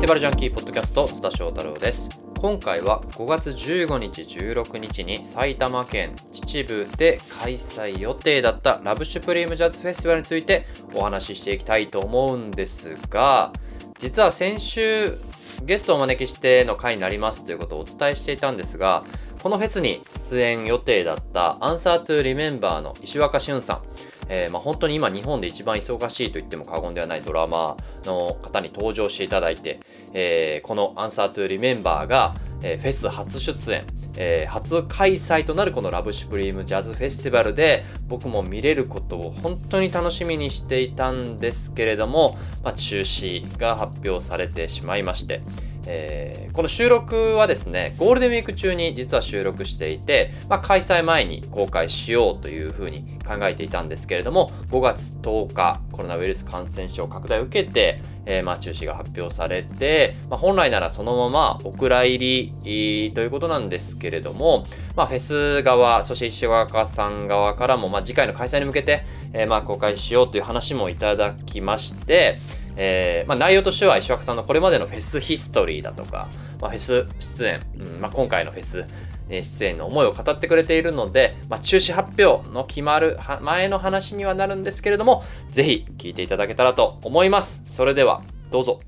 ティバルジャンキーポッドキャスト津田翔太郎です。今回は5月15日16日に埼玉県秩父で開催予定だったラブシュプリームジャズフェスティバルについてお話ししていきたいと思うんですが、実は先週ゲストをお招きしての回になりますということをお伝えしていたんですが、このフェスに出演予定だったAnswer to Rememberの石若俊さん、本当に今日本で一番忙しいと言っても過言ではないドラマーの方に登場していただいて、このAnswer to Rememberが、フェス初出演、初開催となるこのラブシュプリームジャズフェスティバルで僕も見れることを本当に楽しみにしていたんですけれども、中止が発表されてしまいまして、この収録はですねゴールデンウィーク中に実は収録していて、開催前に公開しようというふうに考えていたんですけれども、5月10日コロナウイルス感染症拡大を受けて、中止が発表されて、本来ならそのままお蔵入りということなんですけれども、フェス側そして石若さん側からも、次回の開催に向けて、公開しようという話もいただきまして、内容としては石若さんのこれまでのフェスヒストリーだとか、フェス出演、今回のフェス出演の思いを語ってくれているので、中止発表の決まる前の話にはなるんですけれども、ぜひ聞いていただけたらと思います。それではどうぞ。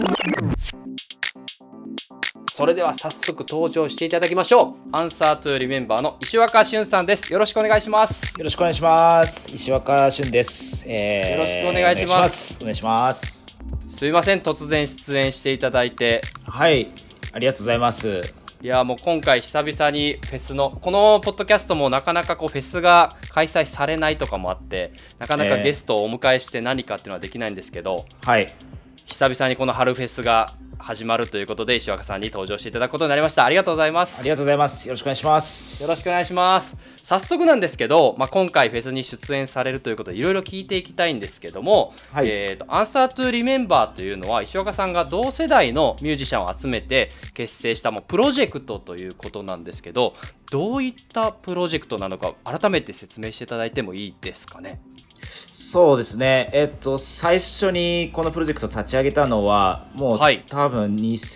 それでは早速登場していただきましょう。Answer to Rememberの石若俊さんです。よろしくお願いします。 よろしくお願いします。石若俊です。 よろしくお願いします。 お願いします。 すいません、突然出演していただいて。 はい、ありがとうございます。 いやもう今回久々にフェスのこのポッドキャストもなかなかフェスが開催されないとかもあって、なかなかゲストをお迎えして何かっていうのはできないんですけど、久々にこの春フェスが始まるということで石若さんに登場していただくことになりました。ありがとうございます。 ありがとうございます。よろしくお願いします。 よろしくお願いします。早速なんですけど、今回フェスに出演されるということでいろいろ聞いていきたいんですけども、Answer to Remember というのは石若さんが同世代のミュージシャンを集めて結成したプロジェクトということなんですけど、どういったプロジェクトなのか改めて説明していただいてもいいですかね。 そうですね、最初にこのプロジェクトを立ち上げたのはもう、多分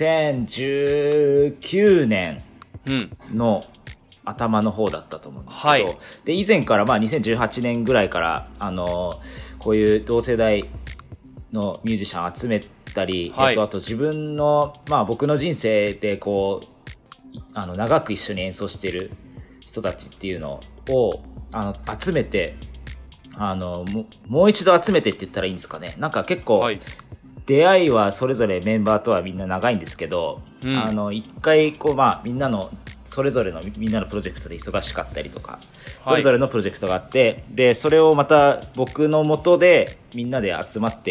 2019年の頭の方だったと思うんですけど、で以前から2018年ぐらいからこういう同世代のミュージシャンを集めたり、あと自分の、僕の人生で長く一緒に演奏している人たちっていうのを集めて、もう一度集めてって言ったらいいんですかね。なんか結構、出会いはそれぞれメンバーとはみんな長いんですけど、一回みんなのそれぞれのみんなのプロジェクトで忙しかったりとか、それぞれのプロジェクトがあって、でそれをまた僕の元でみんなで集まって、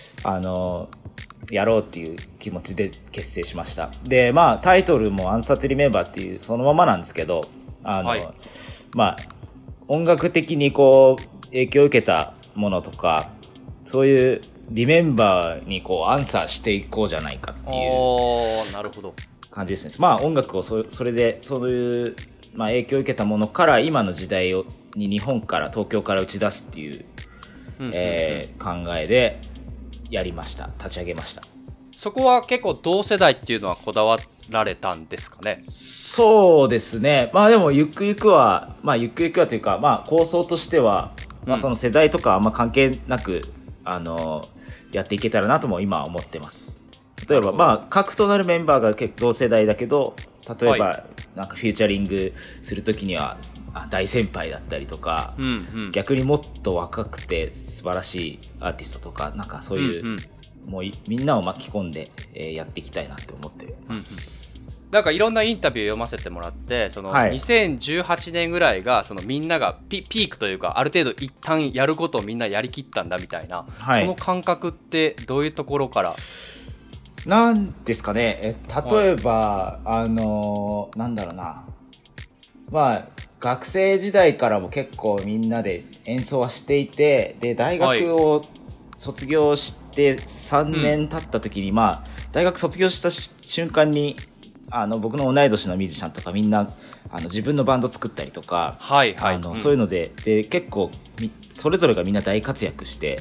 やろうっていう気持ちで結成しました。でタイトルもAnswer to Rememberっていうそのままなんですけど、音楽的に影響を受けたものとか、そういうリメンバーにアンサーしていこうじゃないかっていう感じですね。音楽をそれでそういう、影響を受けたものから今の時代に日本から東京から打ち出すっていう、考えでやりました。立ち上げました。 そこは結構同世代っていうのはこだわられたんですかね。 そうですね。でもゆくゆくはというか、構想としてはその世代とかあんま関係なくやっていけたらなとも今は思ってます。例えば核となるメンバーが結構同世代だけど、例えばなんかフューチャリングするときには大先輩だったりとか、逆にもっと若くて素晴らしいアーティストとか、なんかそういう、もうみんなを巻き込んで、やっていきたいなって思ってます。 なんかいろんなインタビュー読ませてもらって、2018年ぐらいがみんながピークというか、ある程度一旦やることをみんなやりきったんだみたいな、その感覚ってどういうところからなんですかね。例えば、なんだろうな、学生時代からも結構みんなで演奏はしていて、で大学を卒業して3年経った時に、大学卒業した瞬間に僕の同い年のミュージシャンとかみんな自分のバンド作ったりとか、そういうので結構それぞれがみんな大活躍して、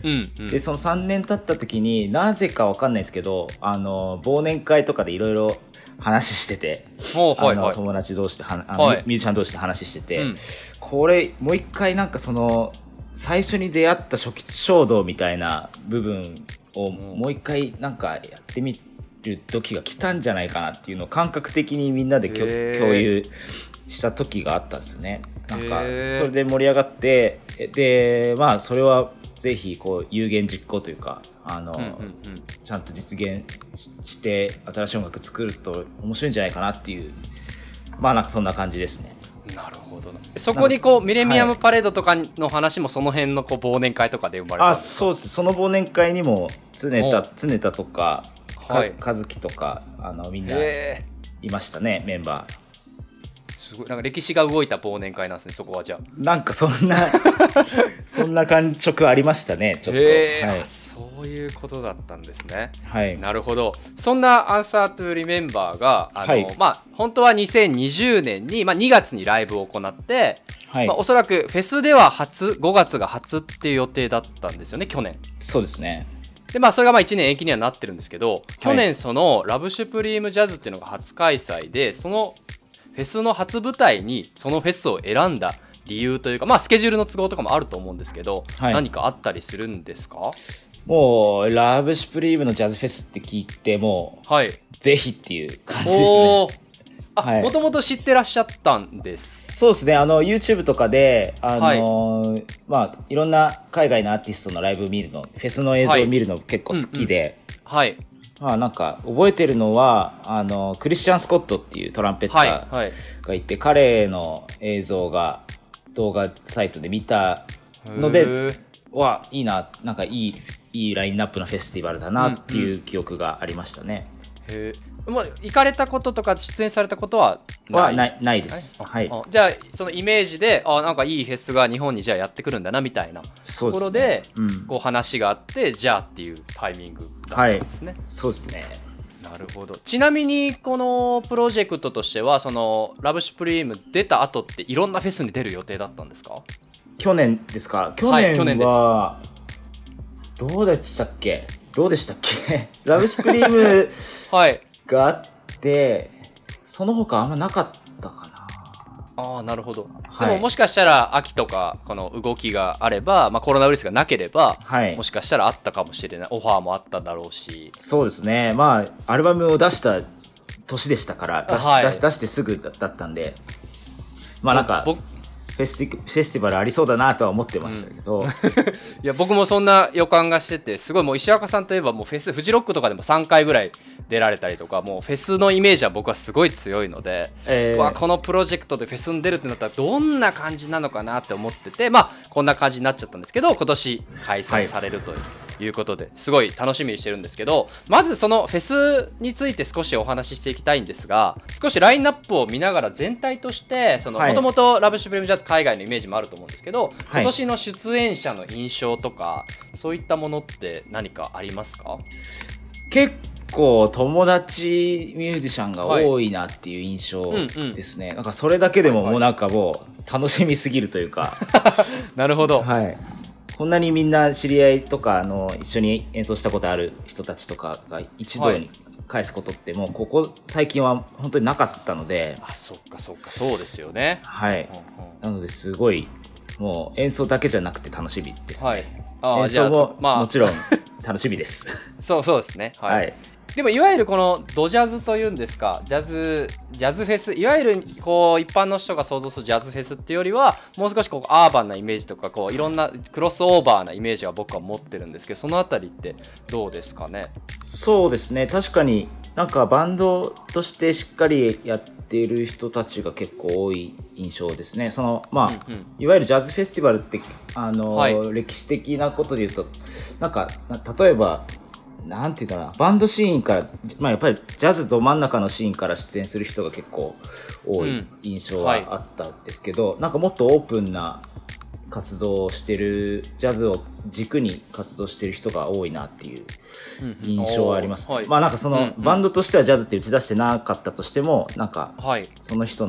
でその3年経った時になぜか分かんないですけど忘年会とかでいろいろ話してて、友達同士でミュージシャン同士で話してて、これもう一回なんかその最初に出会った初期衝動みたいな部分をもう一回なんかやってみる時が来たんじゃないかなっていうのを感覚的にみんなで共有した時があったんですよね。なんかそれで盛り上がって、でまあそれはぜひこう有言実行というかちゃんと実現して新しい音楽作ると面白いんじゃないかなっていう、まあなんかそんな感じですね。 なるほどな。そこにこうミレニアムパレードとかの話もその辺のこう忘年会とかで生まれたんですか？ そうです。その忘年会にも常田とか、和樹とかみんないましたね、メンバー。 すごいなんか歴史が動いた忘年会なんですね、そこは。じゃあなんかそんな感触ありましたね、ちょっと。 そういうことだったんですね。なるほど。そんな Answer to Remember がまあ本当は2020年に、2月にライブを行って、おそらくフェスでは5月が初っていう予定だったんですよね、去年。 そうですね。 でそれが1年延期にはなってるんですけど、去年そのラブシュプリームジャズっていうのが初開催で、そのフェスの初舞台にそのフェスを選んだ理由というか、スケジュールの都合とかもあると思うんですけど、何かあったりするんですか？ もうラブシュプリームのジャズフェスって聞いてもぜひっていう感じですね。 もともと知ってらっしゃったんです？ そうですね。YouTube とかでいろんな海外のアーティストのライブ見るの、フェスの映像を見るの結構好きで、なんか覚えてるのはクリスチャン・スコットっていうトランペッターがいて、彼の映像が動画サイトで見たのでいいな、なんかいいラインナップのフェスティバルだなっていう記憶がありましたね。 行かれたこととか出演されたことはないです。 じゃあそのイメージでなんかいいフェスが日本にじゃあやってくるんだなみたいなところでこう話があって、じゃあっていうタイミングだったんですね。 そうですね。 なるほど。ちなみにこのプロジェクトとしてはそのラブシュプリーム出た後っていろんなフェスに出る予定だったんですか？ 去年ですか？去年はどうでしたっけラブシュプリームがあってその他あんまなかったかな。 なるほど。でももしかしたら秋とかこの動きがあれば、コロナウイルスがなければ、もしかしたらあったかもしれない、オファーもあっただろうし。 そうですね。アルバムを出した年でしたから、出してすぐだったんで、なんかフェスティバルありそうだなとは思ってましたけど、 いや僕もそんな予感がしてて、すごいもう石若さんといえばもうフェスフジロックとかでも3回ぐらい出られたりとか、もうフェスのイメージは僕はすごい強いので、このプロジェクトでフェスに出るってなったらどんな感じなのかなって思ってて、こんな感じになっちゃったんですけど、今年開催されるということで、すごい楽しみにしてるんですけど、まずそのフェスについて少しお話ししていきたいんですが、少しラインナップを見ながら全体としてもともとラブシュプリームジャズ海外のイメージもあると思うんですけど、今年の出演者の印象とかそういったものって何かありますか？ 結構友達ミュージシャンが多いなっていう印象ですね。なんかそれだけでももうなんかもう楽しみすぎるというかなるほど。 こんなにみんな知り合いとか一緒に演奏したことある人たちとかが一堂に返すことってもうここ最近は本当になかったので。 そっかそうですよね。 なのですごいもう演奏だけじゃなくて楽しみですね。演奏ももちろん楽しみですそうですね。でもいわゆるこのドジャズというんですか、ジャズフェス、いわゆるこう一般の人が想像するジャズフェスっていうよりはもう少しこうアーバンなイメージとかこういろんなクロスオーバーなイメージは僕は持ってるんですけど、そのあたりってどうですかね？そうですね。 確かになんかバンドとしてしっかりやっている人たちが結構多い印象ですね。いわゆるジャズフェスティバルって歴史的なことで言うと、なんか例えばなんていうかな、バンドシーンから、やっぱりジャズど真ん中のシーンから出演する人が結構多い印象はあったんですけど、なんかもっとオープンな活動をしてる、ジャズを軸に活動してる人が多いなっていう印象はありますね。なんかバンドとしてはジャズって打ち出してなかったとしても、なんかその人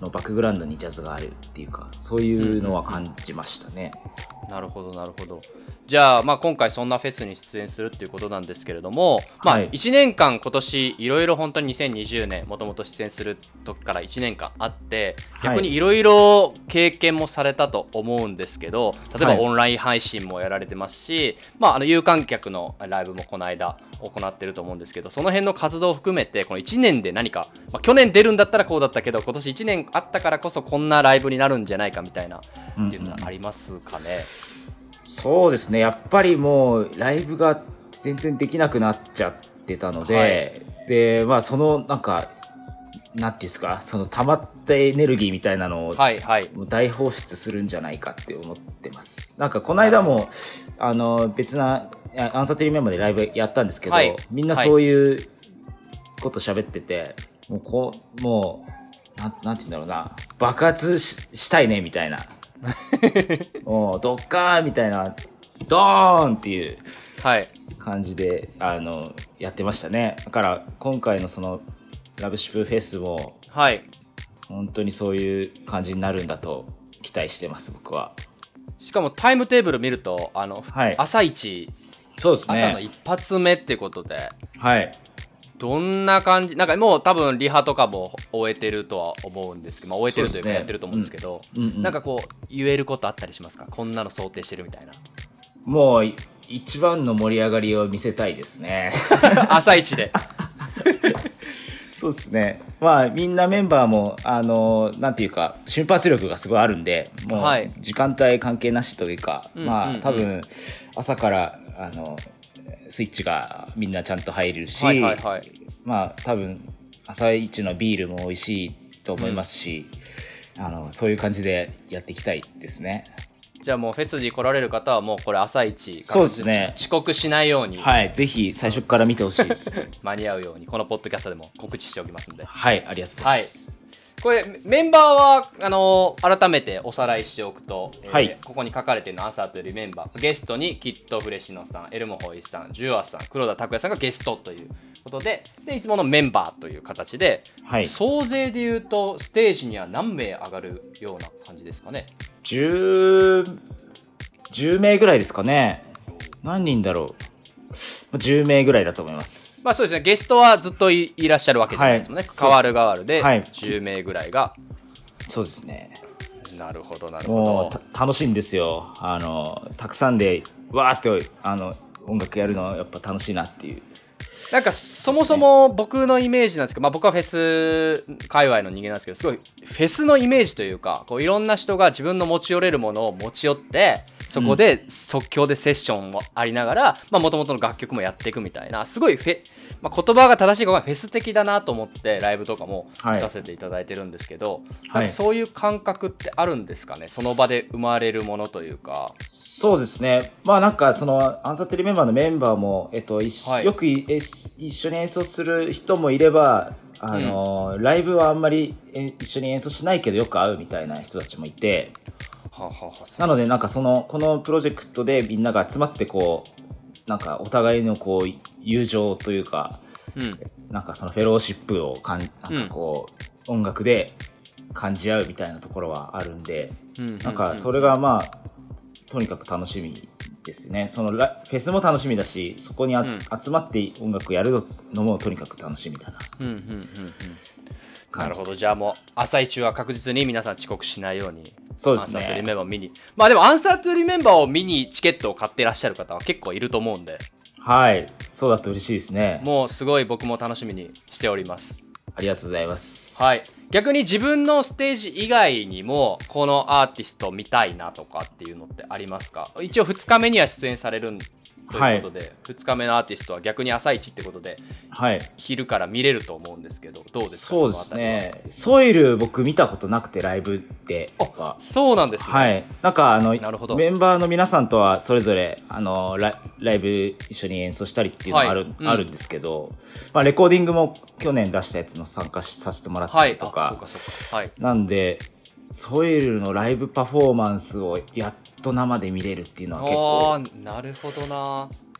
のバックグラウンドにジャズがあるっていうか、そういうのは感じましたね。 なるほどなるほど。じゃあ、今回そんなフェスに出演するっていうことなんですけれども、1年間今年いろいろ本当に2020年もともと出演する時から1年間あって、逆にいろいろ経験もされたと思うんですけど、例えばオンライン配信もやられてますし、有観客のライブもこの間行ってると思うんですけど、その辺の活動を含めてこの1年で何か、去年出るんだったらこうだったけど今年1年あったからこそこんなライブになるんじゃないかみたいなっていうのはありますかね。 そうですね、やっぱりもうライブが全然できなくなっちゃってたので、でそのなんていうんですか、その溜まったエネルギーみたいなのを大放出するんじゃないかって思ってます。なんかこの間も別なアンサーテリーメンバーでライブやったんですけど、みんなそういうこと喋ってて、もうなんていうんだろうな、爆発したいねみたいなドッカーンみたいな、ドーンっていう感じで、やってましたね。だから今回のそのラブシップフェスも、本当にそういう感じになるんだと期待してます、僕は。 しかもタイムテーブル見ると朝一、 そうですね、 朝の一発目ってことで、どんな感じ、なんかもう多分リハとかも終えてるとは思うんですけど、終えてるというかやってると思うんですけど、なんか言えることあったりしますか？こんなの想定してるみたいな。 もう一番の盛り上がりを見せたいですね朝一でそうですね、みんなメンバーもなんていうか瞬発力がすごいあるんで、もう時間帯関係なしというか、多分朝からスイッチがみんなちゃんと入るし、多分朝一のビールも美味しいと思いますし、そういう感じでやっていきたいですね。 じゃあもうフェスに来られる方はもうこれ朝一、 そうですね、 遅刻しないように、 ぜひ最初から見てほしいです間に合うようにこのポッドキャストでも告知しておきますんで。 ありがとうございます。 これメンバーは改めておさらいしておくと、ここに書かれているのアンサーとリメンバー、ゲストにキットフレシノさん、エルモホイさん、ジュアさん、黒田拓也さんがゲストということで、いつものメンバーという形で、総勢でいうとステージには何名上がるような感じですかね。 10名ぐらいですかね。何人だろう、10名ぐらいだと思います。 そうですね、ゲストはずっと いらっしゃるわけじゃないですもんね。変わる変わるで10名ぐらいが、 そうですね。 なるほどなるほど。 楽しいんですよ。たくさんでわーって音楽やるのはやっぱ楽しいなっていう。 なんかそもそも僕のイメージなんですけど、僕はフェス界隈の人間なんですけど、すごいフェスのイメージというか、いろんな人が自分の持ち寄れるものを持ち寄って、そこで即興でセッションもありながら、もともとの楽曲もやっていくみたいな、すごい言葉が正しいかはフェス的だなと思ってライブとかもさせていただいてるんですけど、なんかそういう感覚ってあるんですかね、その場で生まれるものというか。 そうですね、なんかそのアンサーテリーメンバーのメンバーも、よく一緒に演奏する人もいれば、ライブはあんまり一緒に演奏しないけどよく会うみたいな人たちもいて、なのでなんかこのプロジェクトでみんなが集まってなんかお互いの友情というか、なんかそのフェローシップをなんか音楽で感じ合うみたいなところはあるんで、なんかそれがとにかく楽しみですね。そのフェスも楽しみだし、そこに集まって音楽やるのもとにかく楽しみだな。なるほど。じゃあもう朝一は確実に皆さん遅刻しないように、 そうですね、 アンサートゥリメンバーを見に、でもアンサートゥリメンバーを見にチケットを買っていらっしゃる方は結構いると思うんで、 そうだと嬉しいですね。 もうすごい僕も楽しみにしております。 ありがとうございます。 逆に自分のステージ以外にもこのアーティスト見たいなとかっていうのってありますか？一応2日目には出演されるということで、2日目のアーティストは逆に朝一ってことで、昼から見れると思うんですけど、どうですか？ そうですね、ソイル僕見たことなくて、ライブで。 そうなんですね。 なんかなるほど、 メンバーの皆さんとはそれぞれライブ一緒に演奏したりっていうのがあるんですけど、レコーディングも去年出したやつの参加させてもらったりとか、なんでソイルのライブパフォーマンスをやっと生で見れるっていうのは結構、 なるほどな。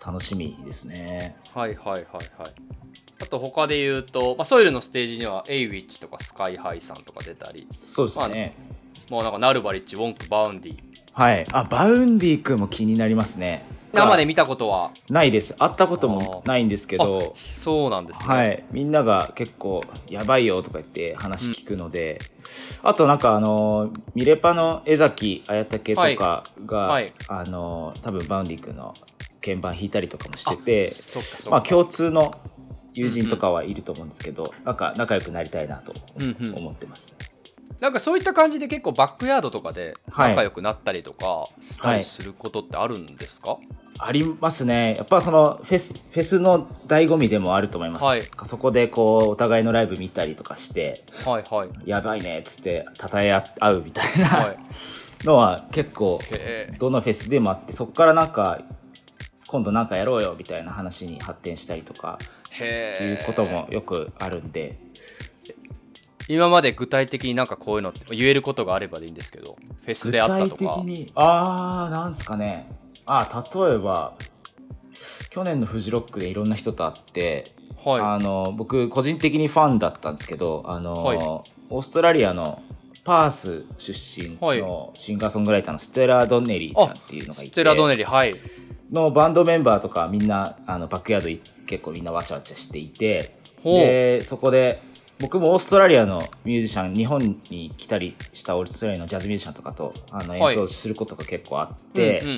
楽しみですね。 はいはいはいはい。あと他で言うと、ソイルのステージにはエイウィッチとかスカイハイさんとか出たり。 そうですね。 もうなんかナルバリッチ、ウォンク、バウンディ。 はい。バウンディ君も気になりますね。 生で見たことはないです。会ったこともないんですけど。 そうなんですね。 はい。みんなが結構やばいよとか言って話聞くので、あとなんかミレパの江崎綾武とかが、多分バウンディ君の鍵盤弾いたりとかもしてて、共通の友人とかはいると思うんですけど、なんか仲良くなりたいなと思ってます。 なんかそういった感じで結構バックヤードとかで仲良くなったりとかしたりすることってあるんですか？ ありますね。やっぱそのフェスの醍醐味でもあると思います。そこでこうお互いのライブ見たりとかして、やばいねっつって称え合うみたいな、のは結構どのフェスでもあって、そこからなんか今度なんかやろうよみたいな話に発展したりとかっていうこともよくあるんで。 今まで具体的になんかこういうのって言えることがあればでいいんですけど、フェスであったとか。 具体的になんすかね。例えば去年のフジロックでいろんな人と会って、僕個人的にファンだったんですけど、オーストラリアのパース出身のシンガーソングライターのステラ・ドネリーちゃんっていうのがいて、 ステラ・ドネリー、 のバンドメンバーとかみんなバックヤード結構みんなわちゃわちゃしていて、でそこで僕もオーストラリアのミュージシャン、日本に来たりしたオーストラリアのジャズミュージシャンとかと演奏することが結構あって、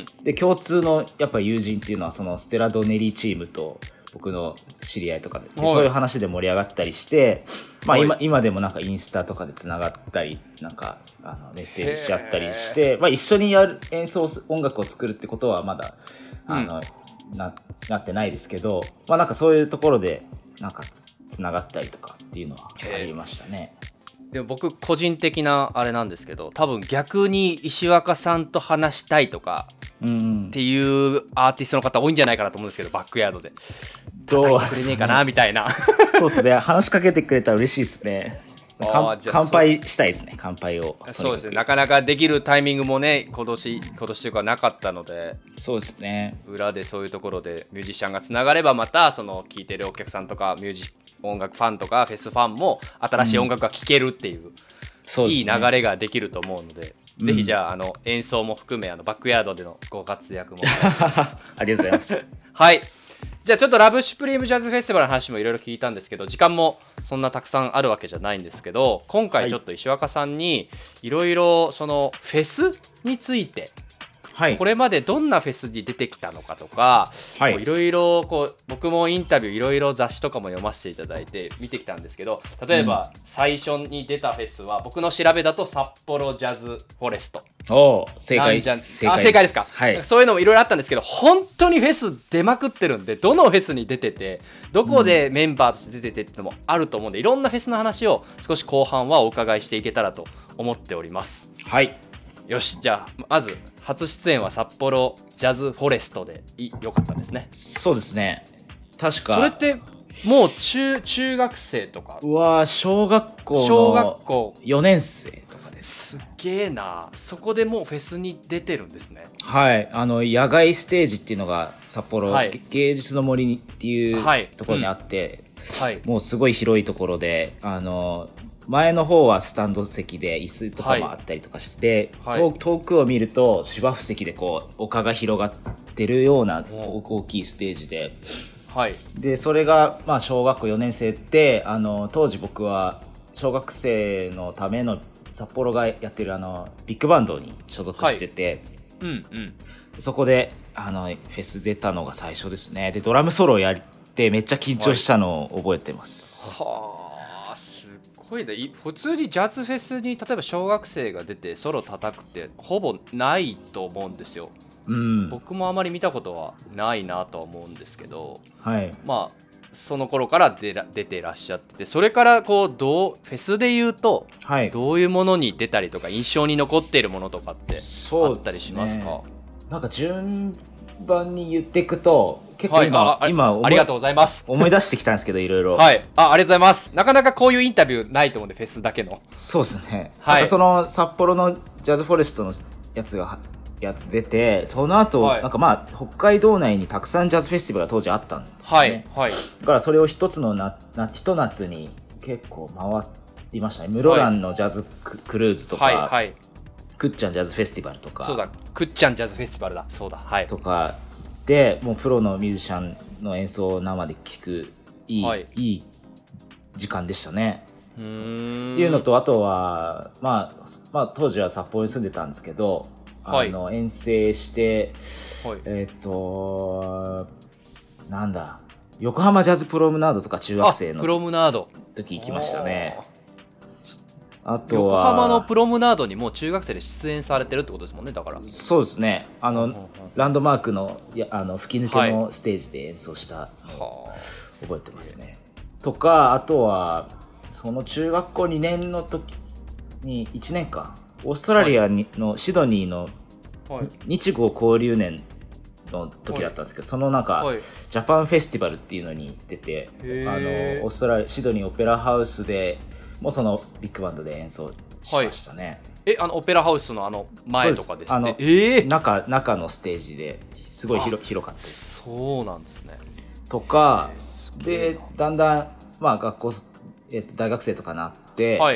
で共通のやっぱ友人っていうのはそのステラ・ドネリーチームと僕の知り合いとかで、そういう話で盛り上がったりして、今でもなんかインスタとかでつながったり、なんかメッセージし合ったりして、一緒に音楽を作るってことはまだなってないですけど、なんかそういうところでなんかつながったりとかっていうのはありましたね。 でも僕個人的なあれなんですけど、多分逆に石若さんと話したいとかっていうアーティストの方多いんじゃないかなと思うんですけど、バックヤードで叩いてくれねえかなみたいな。 そうですね。話しかけてくれたら嬉しいですね。乾杯したいですね。乾杯を。 そうですね。なかなかできるタイミングもね、今年というかなかったので、 そうですね。 裏でそういうところでミュージシャンがつながれば、またその聴いてるお客さんとか音楽ファンとかフェスファンも新しい音楽が聴けるっていう、いい流れができると思うので、ぜひじゃあ演奏も含めバックヤードでのご活躍もありがとうございます。 はい。じゃあちょっとラブシュプリームジャズフェスティバルの話もいろいろ聞いたんですけど、時間もそんなたくさんあるわけじゃないんですけど、今回ちょっと石若さんにいろいろそのフェスについて、これまでどんなフェスに出てきたのかとか、いろいろ僕もインタビューいろいろ雑誌とかも読ませていただいて見てきたんですけど、例えば最初に出たフェスは僕の調べだと札幌ジャズフォレスト。 正解ですか。そういうのもいろいろあったんですけど、本当にフェス出まくってるんで、どのフェスに出ててどこでメンバーとして出ててっていうのもあると思うんで、いろんなフェスの話を少し後半はお伺いしていけたらと思っております。よし、じゃあまず初出演は札幌ジャズフォレストでよかったですね。 そうですね。確かそれってもう中学生とか、 小学校の4年生とかです。 すげえな。そこでもうフェスに出てるんですね。 野外ステージっていうのが札幌、芸術の森っていうところにあって、もうすごい広いところで、前の方はスタンド席で椅子とかもあったりとかして、遠くを見ると芝生席でこう丘が広がってるような大きいステージで、でそれが小学校4年生って当時僕は小学生のための札幌がやってるビッグバンドに所属してて、そこでフェス出たのが最初ですね。でドラムソロをやってめっちゃ緊張したのを覚えてます。 普通にジャズフェスに例えば小学生が出てソロ叩くってほぼないと思うんですよ。僕もあまり見たことはないなとは思うんですけど、その頃から出てらっしゃってて、それからフェスで言うと、どういうものに出たりとか印象に残っているものとかってあったりしますか？ なんか順番に言っていくと結構今ありがとうございます。 思い出してきたんですけどいろいろ。 ありがとうございます。なかなかこういうインタビューないと思うんで、フェスだけの。 そうですね。その札幌のジャズフォレストのやつがやつ出て、その後、 はい、 なんかまあ北海道内にたくさんジャズフェスティバルが当時あったんですよね。 はいはい、 だからそれを一つの一夏に結構回りましたね。室蘭のジャズクルーズとか、 はいはい、 くっちゃんジャズフェスティバルとか、 そうだ、くっちゃんジャズフェスティバルだ、そうだ、はい、 とかでもうプロのミュージシャンの演奏を生で聴くいい時間でしたね。っていうのと、あとは、まあ当時は札幌に住んでたんですけど、はい、遠征して、はい、なんだ、横浜ジャズプロムナードとか中学生のプロムナード時行きましたね。あとは横浜のプロムナードにもう中学生で出演されてるってことですもんね。だからそうですね、ランドマークの吹き抜けのステージで演奏したのを覚えてますね。とか、あとはその中学校2年の時に1年間オーストラリアのシドニーの日豪交流年の時だったんですけど、そのなんかジャパンフェスティバルっていうのに出て、オーストラリアシドニーオペラハウスでもうそのビッグバンドで演奏しましたね。 オペラハウスの前とかですね。 中のステージですごい広かったです。 そうなんですね。 とかでだんだんまあ学校、大学生とかなって、はい、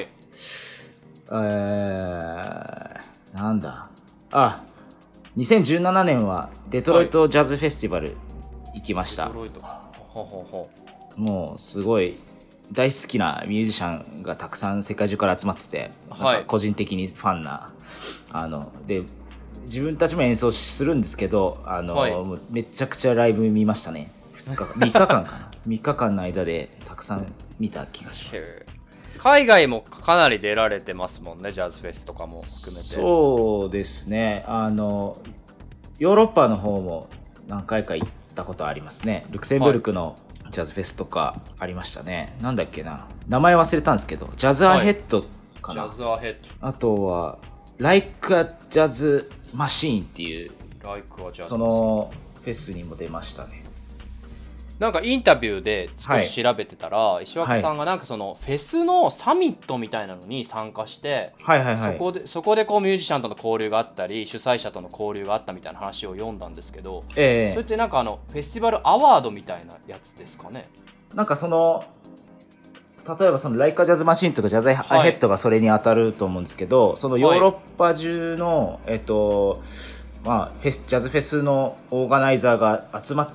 なんだ、2017年はデトロイトジャズフェスティバル行きました。デトロイト、もうすごい大好きなミュージシャンがたくさん世界中から集まってて、なんか個人的にファンな、で自分たちも演奏するんですけど、めちゃくちゃライブ見ましたね。3日間かな3日間の間でたくさん見た気がします。 海外もかなり出られてますもんね、ジャズフェスとかも含めて。 そうですね、ヨーロッパの方も何回か行ったことありますね。ルクセンブルクのジャズフェスとかありましたね。なんだっけな、名前忘れたんですけど、ジャズアヘッドかな、 ジャズアヘッド。 あとはLike a Jazz Machine っていう、そのフェスにも出ましたね。 なんかインタビューで少し調べてたら、石脇さんがなんかそのフェスのサミットみたいなのに参加して、そこでこうミュージシャンとの交流があったり主催者との交流があったみたいな話を読んだんですけど、それってなんかフェスティバルアワードみたいなやつですかね。 なんかその例えばそのライカジャズマシンとかジャズアヘッドがそれに当たると思うんですけど、そのヨーロッパ中の、ジャズフェスのオーガナイザーが集まって、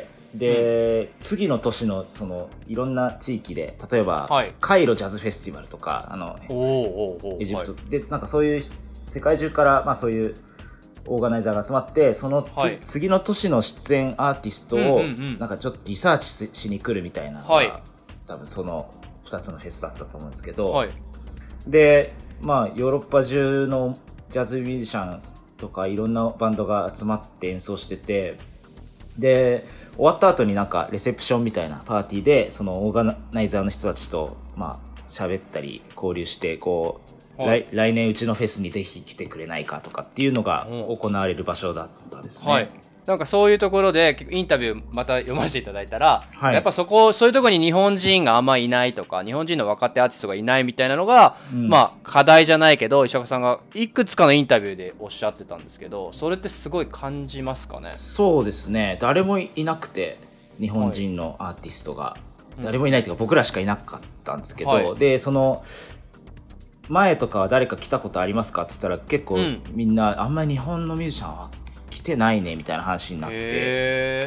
で、次の年のそのいろんな地域で、例えば、カイロジャズフェスティバルとかエジプトで、なんかそういう世界中から、そういうオーガナイザーが集まって、その、次の年の出演アーティストをなんかちょっとリサーチしに来るみたいなのが、多分その2つのフェスだったと思うんですけど、で、ヨーロッパ中のジャズミュージシャンとかいろんなバンドが集まって演奏してて、で終わった後になんかレセプションみたいなパーティーでそのオーガナイザーの人たちと喋ったり交流して、こう、来年うちのフェスにぜひ来てくれないかとかっていうのが行われる場所だったですね。 なんかそういうところでインタビューまた読ませていただいたら、やっぱそういうところに日本人があんまいないとか、日本人の若手アーティストがいないみたいなのが、課題じゃないけど、石岡さんがいくつかのインタビューでおっしゃってたんですけど、それってすごい感じますかね。 そうですね、誰もいなくて、日本人のアーティストが、誰もいないというか僕らしかいなかったんですけど、でその前とかは誰か来たことありますかって言ったら、結構みんな、あんまり日本のミュージシャンは来てないねみたいな話になって、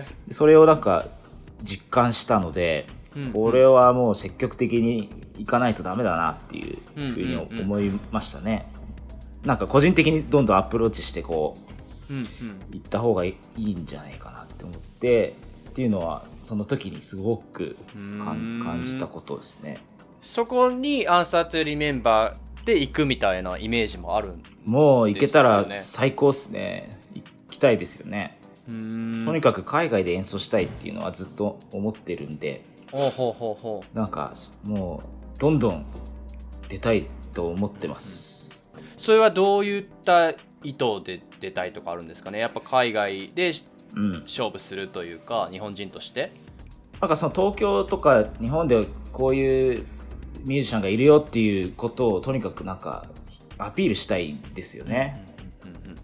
それをなんか実感したので、これはもう積極的に行かないとダメだなっていうふうに思いましたね。なんか個人的にどんどんアプローチしてこう、行った方がいいんじゃないかなって思ってっていうのは、その時にすごく感じたことですね。 そこにアンサートゥリメンバーで行くみたいなイメージもあるんですよね。 もう行けたら最高ですね。行きたいですよね。とにかく海外で演奏したいっていうのはずっと思ってるんで、なんかもうどんどん出たいと思ってます。 それはどういった意図で出たいとかあるんですかね。やっぱ海外で勝負するというか、日本人としてなんかその東京とか日本でこういうミュージシャンがいるよっていうことをとにかくなんかアピールしたいですよね。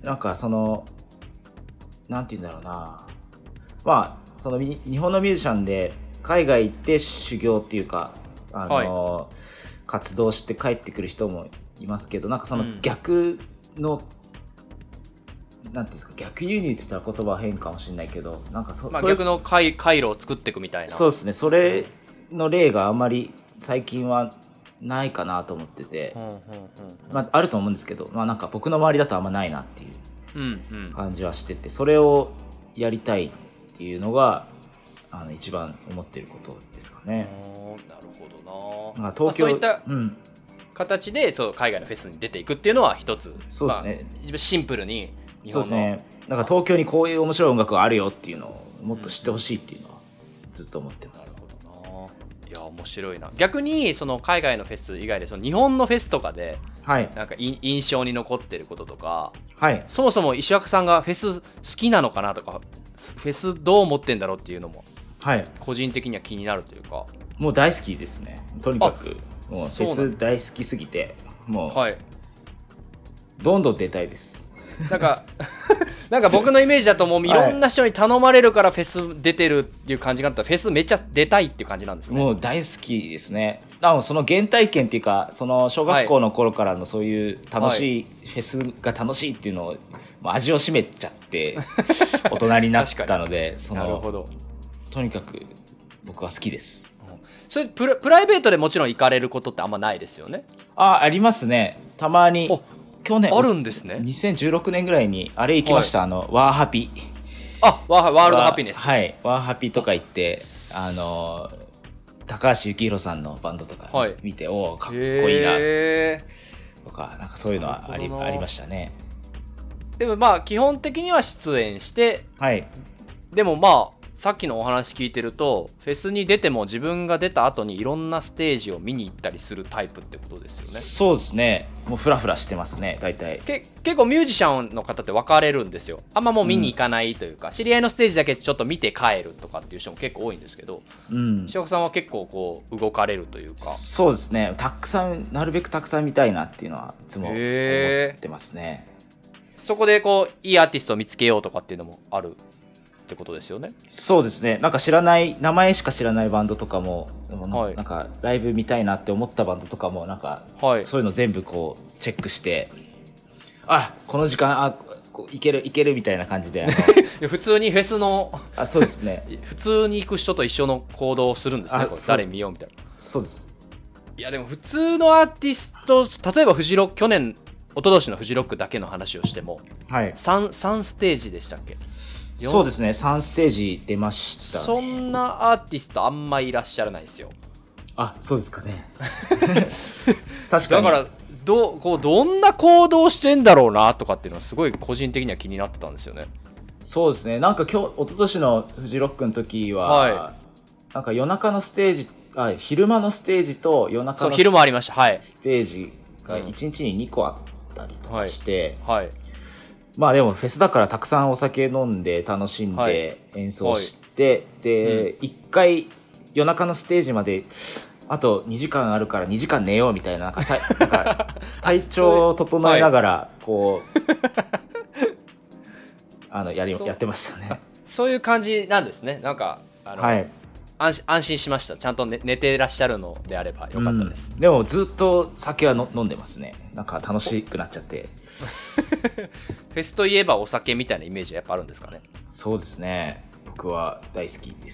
なんかそのなんて言うんだろうな、まあその日本のミュージシャンで海外行って修行っていうかはい、活動して帰ってくる人もいますけど、なんかその逆の、なんていうんですか、逆輸入って言ったら言葉は変かもしれないけど、なんか逆の回路を作っていくみたいな。 そうですね、それの例があんまり最近はないかなと思ってて、まあ、あると思うんですけど、まあ、なんか僕の周りだとあんまないなっていう感じはしてて、それをやりたいっていうのが一番思ってることですかね。 なるほどな。 東京、 そういった形でそう海外のフェスに出ていくっていうのは一つ。 そうですね。 シンプルに日本の。 そうですね。なんか東京にこういう面白い音楽があるよっていうのをもっと知ってほしいっていうのはずっと思ってます。 なるほどな。いや面白いな。逆にその海外のフェス以外でその日本のフェスとかで、はい、なんか印象に残ってることとか、はい、そもそも石若さんがフェス好きなのかなとか、フェスどう思ってんだろうっていうのも、はい、個人的には気になるというか。 もう大好きですね。とにかくもうフェス大好きすぎて、もう、はい、どんどん出たいです。 なんか僕のイメージだともういろんな人に頼まれるからフェス出てるっていう感じがあったら、フェスめっちゃ出たいっていう感じなんですね。 もう大好きですね。その原体験っていうか、その小学校の頃からのそういう楽しい、フェスが楽しいっていうのを味を占めちゃって大人になったのでなるほど。 とにかく僕は好きです。 それプライベートでもちろん行かれることってあんまないですよね。 ありますね。たまに。去年あるんですね。 2016年ぐらいにあれ行きました、はい、ワーハピ。 ワールドハピネス。 はい、ワーハピとか行って高橋幸宏さんのバンドとか見て、はい、おーかっこいいなとか、なんかそういうのはありましたね。 でもまあ基本的には出演して、はい、でもまあさっきのお話聞いてると、フェスに出ても自分が出た後にいろんなステージを見に行ったりするタイプってことですよね。 そうですね。もうフラフラしてますね、大体。 結構ミュージシャンの方って分かれるんですよ。あんまもう見に行かないというか、知り合いのステージだけちょっと見て帰るとかっていう人も結構多いんですけど、石岡さんは結構こう動かれるというか。 そうですね。なるべくたくさん見たいなっていうのはいつも思ってますね。 そこでこういいアーティストを見つけようとかっていうのもあるってことですよね。 そうですね。なんか名前しか知らないバンドとかも、はい、なんかライブ見たいなって思ったバンドとかもなんか、はい、そういうの全部こうチェックして、この時間いけるみたいな感じで普通にフェスのそうですね。 普通に行く人と一緒の行動をするんですね。誰見ようみたいな。 そうです。 いやでも普通のアーティスト、例えば一昨年のフジロックだけの話をしても、はい、3ステージでしたっけ。 そうですね、3ステージ出ましたね。 そんなアーティストあんまいらっしゃらないですよ。 そうですかね。確かに。 だからどんな行動してんだろうなとかっていうのはすごい個人的には気になってたんですよね。 そうですね。なんか一昨年のフジロックの時は、はい、なんか夜中のステージ、昼間のステージと夜中の昼もありました。はい、 ステージが1日に2個あったりとかして、 はい、 まあでもフェスだからたくさんお酒飲んで楽しんで演奏して、で、1回夜中のステージまであと2時間あるから2時間寝ようみたいな、なんか体調を整えながらこうやってましたね。 そういう感じなんですね。なんかはい、安心しました。ちゃんと、寝てらっしゃるのであればよかったです。 でもずっと酒は飲んでますね。なんか楽しくなっちゃってフェスといえばお酒みたいなイメージはやっぱあるんですかね。 そうですね。僕は大好きです。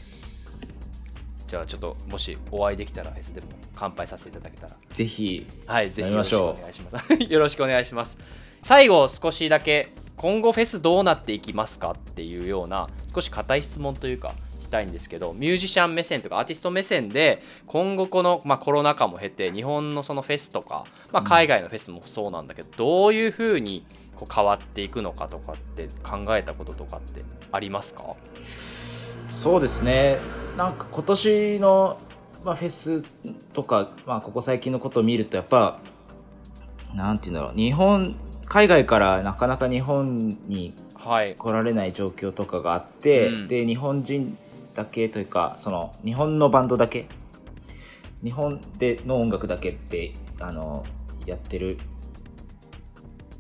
じゃあちょっともしお会いできたらフェスでも乾杯させていただけたらぜひ、 はい、ぜひよろしくお願いしますよろしくお願いします。最後少しだけ今後フェスどうなっていきますかっていうような少し固い質問というかしたいんですけど、ミュージシャン目線とかアーティスト目線で今後この、コロナ禍も経て日本のそのフェスとか、海外のフェスもそうなんだけど、どういう風にこう変わっていくのかとかって考えたこととかってありますか？ そうですね。なんか今年の、フェスとか、ここ最近のことを見るとやっぱなんていうんだろう、海外からなかなか日本に来られない状況とかがあって、で日本人だけというかその日本のバンドだけ日本での音楽だけってやってる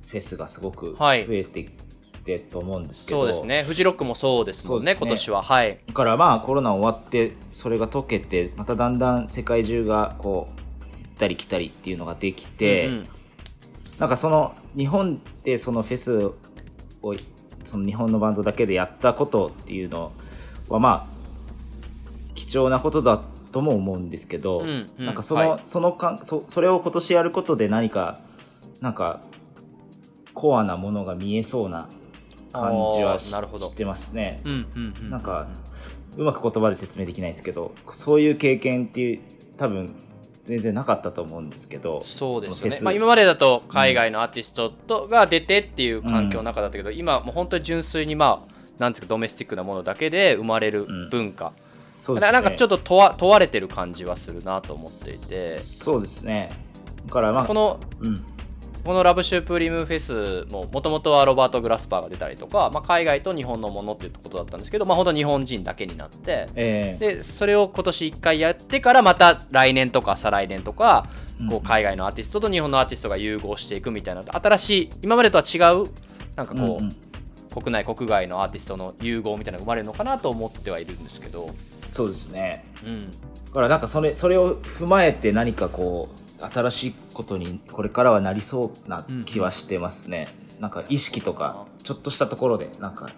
フェスがすごく増えてきてと思うんですけど、 そうですね。フジロックもそうですもんね、今年は。はい。 だからまあコロナ終わってそれが解けて、まただんだん世界中がこう行ったり来たりっていうのができて、なんかその日本でそのフェスをその日本のバンドだけでやったことっていうのはまあ貴重なことだとも思うんですけど、なんかそれを今年やることで何かなんかコアなものが見えそうな感じはしてますね。なんかうまく言葉で説明できないですけど、そういう経験っていう多分全然なかったと思うんですけど。 そうですよね。まあ、今までだと海外のアーティストが出てっていう環境の中だったけど、今もう本当に純粋にまあなんていうかドメスティックなものだけで生まれる文化、そうですね、なんかちょっと問われてる感じはするなと思っていて。 そうですね。だからまあこのラブシュプリムフェスももともとはロバート・グラスパーが出たりとか、まあ、海外と日本のものっていうことだったんですけど、まあ、本当日本人だけになって、でそれを今年1回やってからまた来年とか再来年とか、こう海外のアーティストと日本のアーティストが融合していくみたいな、新しい今までとは違うなんかこう、国内国外のアーティストの融合みたいなのが生まれるのかなと思ってはいるんですけど。 そうですね、だからなんかそれを踏まえて何かこう新しいことにこれからはなりそうな気はしてますね。なんか意識とかちょっとしたところでなんか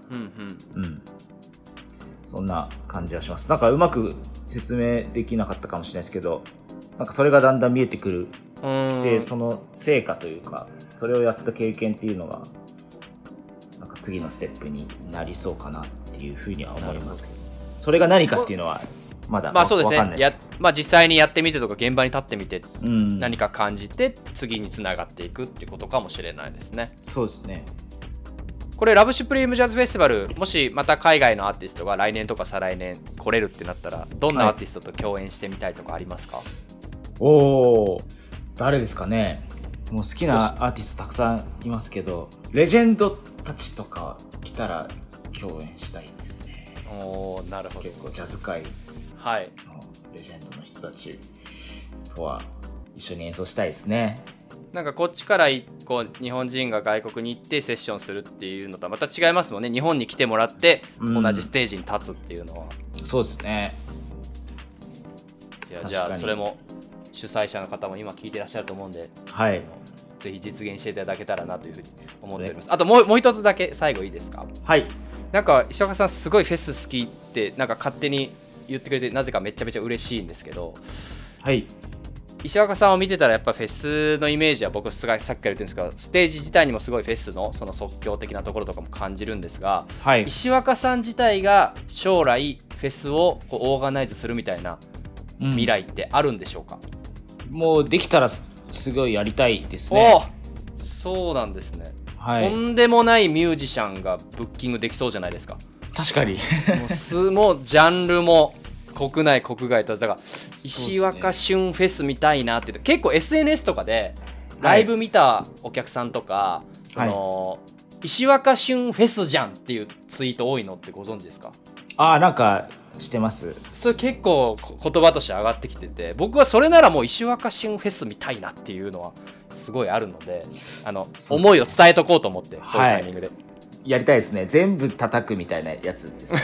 そんな感じはします。なんかうまく説明できなかったかもしれないですけど、なんかそれがだんだん見えてくる。でその成果というかそれをやった経験っていうのがなんか次のステップになりそうかなっていうふうには思いますけど、それが何かっていうのはまだまあそうですね。まあ、実際にやってみてとか現場に立ってみて何か感じて次につながっていくっていうことかもしれないですね。 そうですね。 これラブシュプリームジャズフェスティバル、もしまた海外のアーティストが来年とか再来年来れるってなったらどんなアーティストと共演してみたいとかありますか？ おー、誰ですかね。もう好きなアーティストたくさんいますけど、レジェンドたちとか来たら共演したいですね。 おー、なるほど。 結構ジャズ界のレジェンドの人たちとは一緒に演奏したいですね。 なんかこっちからこう日本人が外国に行ってセッションするっていうのとはまた違いますもんね。日本に来てもらって同じステージに立つっていうのは。 そうですね。 いや、じゃあそれも主催者の方も今聞いてらっしゃると思うんで、ぜひ実現していただけたらなというふうに思っております。あともう一つだけ最後いいですか？はい。なんか石岡さんすごいフェス好きってなんか勝手に言ってくれてなぜかめちゃめちゃ嬉しいんですけど、はい。石岡さんを見てたらやっぱフェスのイメージは僕さっきから言ってるんですけど、ステージ自体にもすごいフェスのその即興的なところとかも感じるんですが、石岡さん自体が将来フェスをこうオーガナイズするみたいな未来ってあるんでしょうか？もうできたらすごいやりたいですね。そうなんですね、とんでもないミュージシャンがブッキングできそうじゃないですか。確かにもうジャンルも国内国外とだから石若旬フェスみたいなって結構 SNS とかでライブ見たお客さんとか、石若旬フェスじゃんっていうツイート多いのってご存知ですか？なんかしてます。それ結構言葉として上がってきてて、僕はそれならもう石若旬フェスみたいなっていうのはすごいあるので、思いを伝えとこうと思って、こういうタイミングで、やりたいですね。全部叩くみたいなやつですね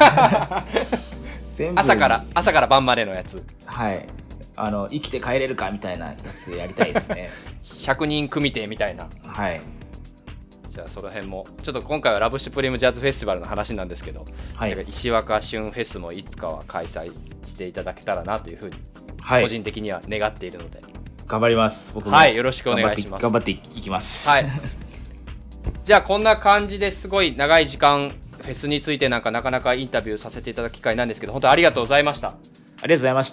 全部朝から晩までのやつ、生きて帰れるかみたいなやつやりたいですね100人組手みたいな。じゃあその辺もちょっと今回はラブシュプリームジャズフェスティバルの話なんですけど、石若旬フェスもいつかは開催していただけたらなというふうに個人的には願っているので、頑張ります。僕もよろしくお願いします。頑張っていきます。じゃあこんな感じですごい長い時間フェスについてなかなかインタビューさせていただく機会なんですけど、本当にありがとうございました。ありがとうございました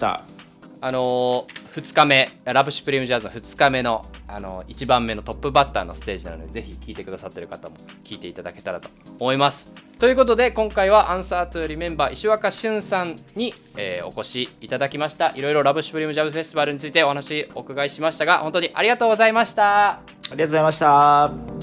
。2日目ラブシュプリームジャズの2日目の1番目のトップバッターのステージなので、ぜひ聴いてくださっている方も聴いていただけたらと思います。ということで今回はアンサートゥリメンバー石若旬さんに、お越しいただきました。いろいろラブシュプリームジャズフェスティバルについてお話お伺いしましたが、本当にありがとうございました。ありがとうございました。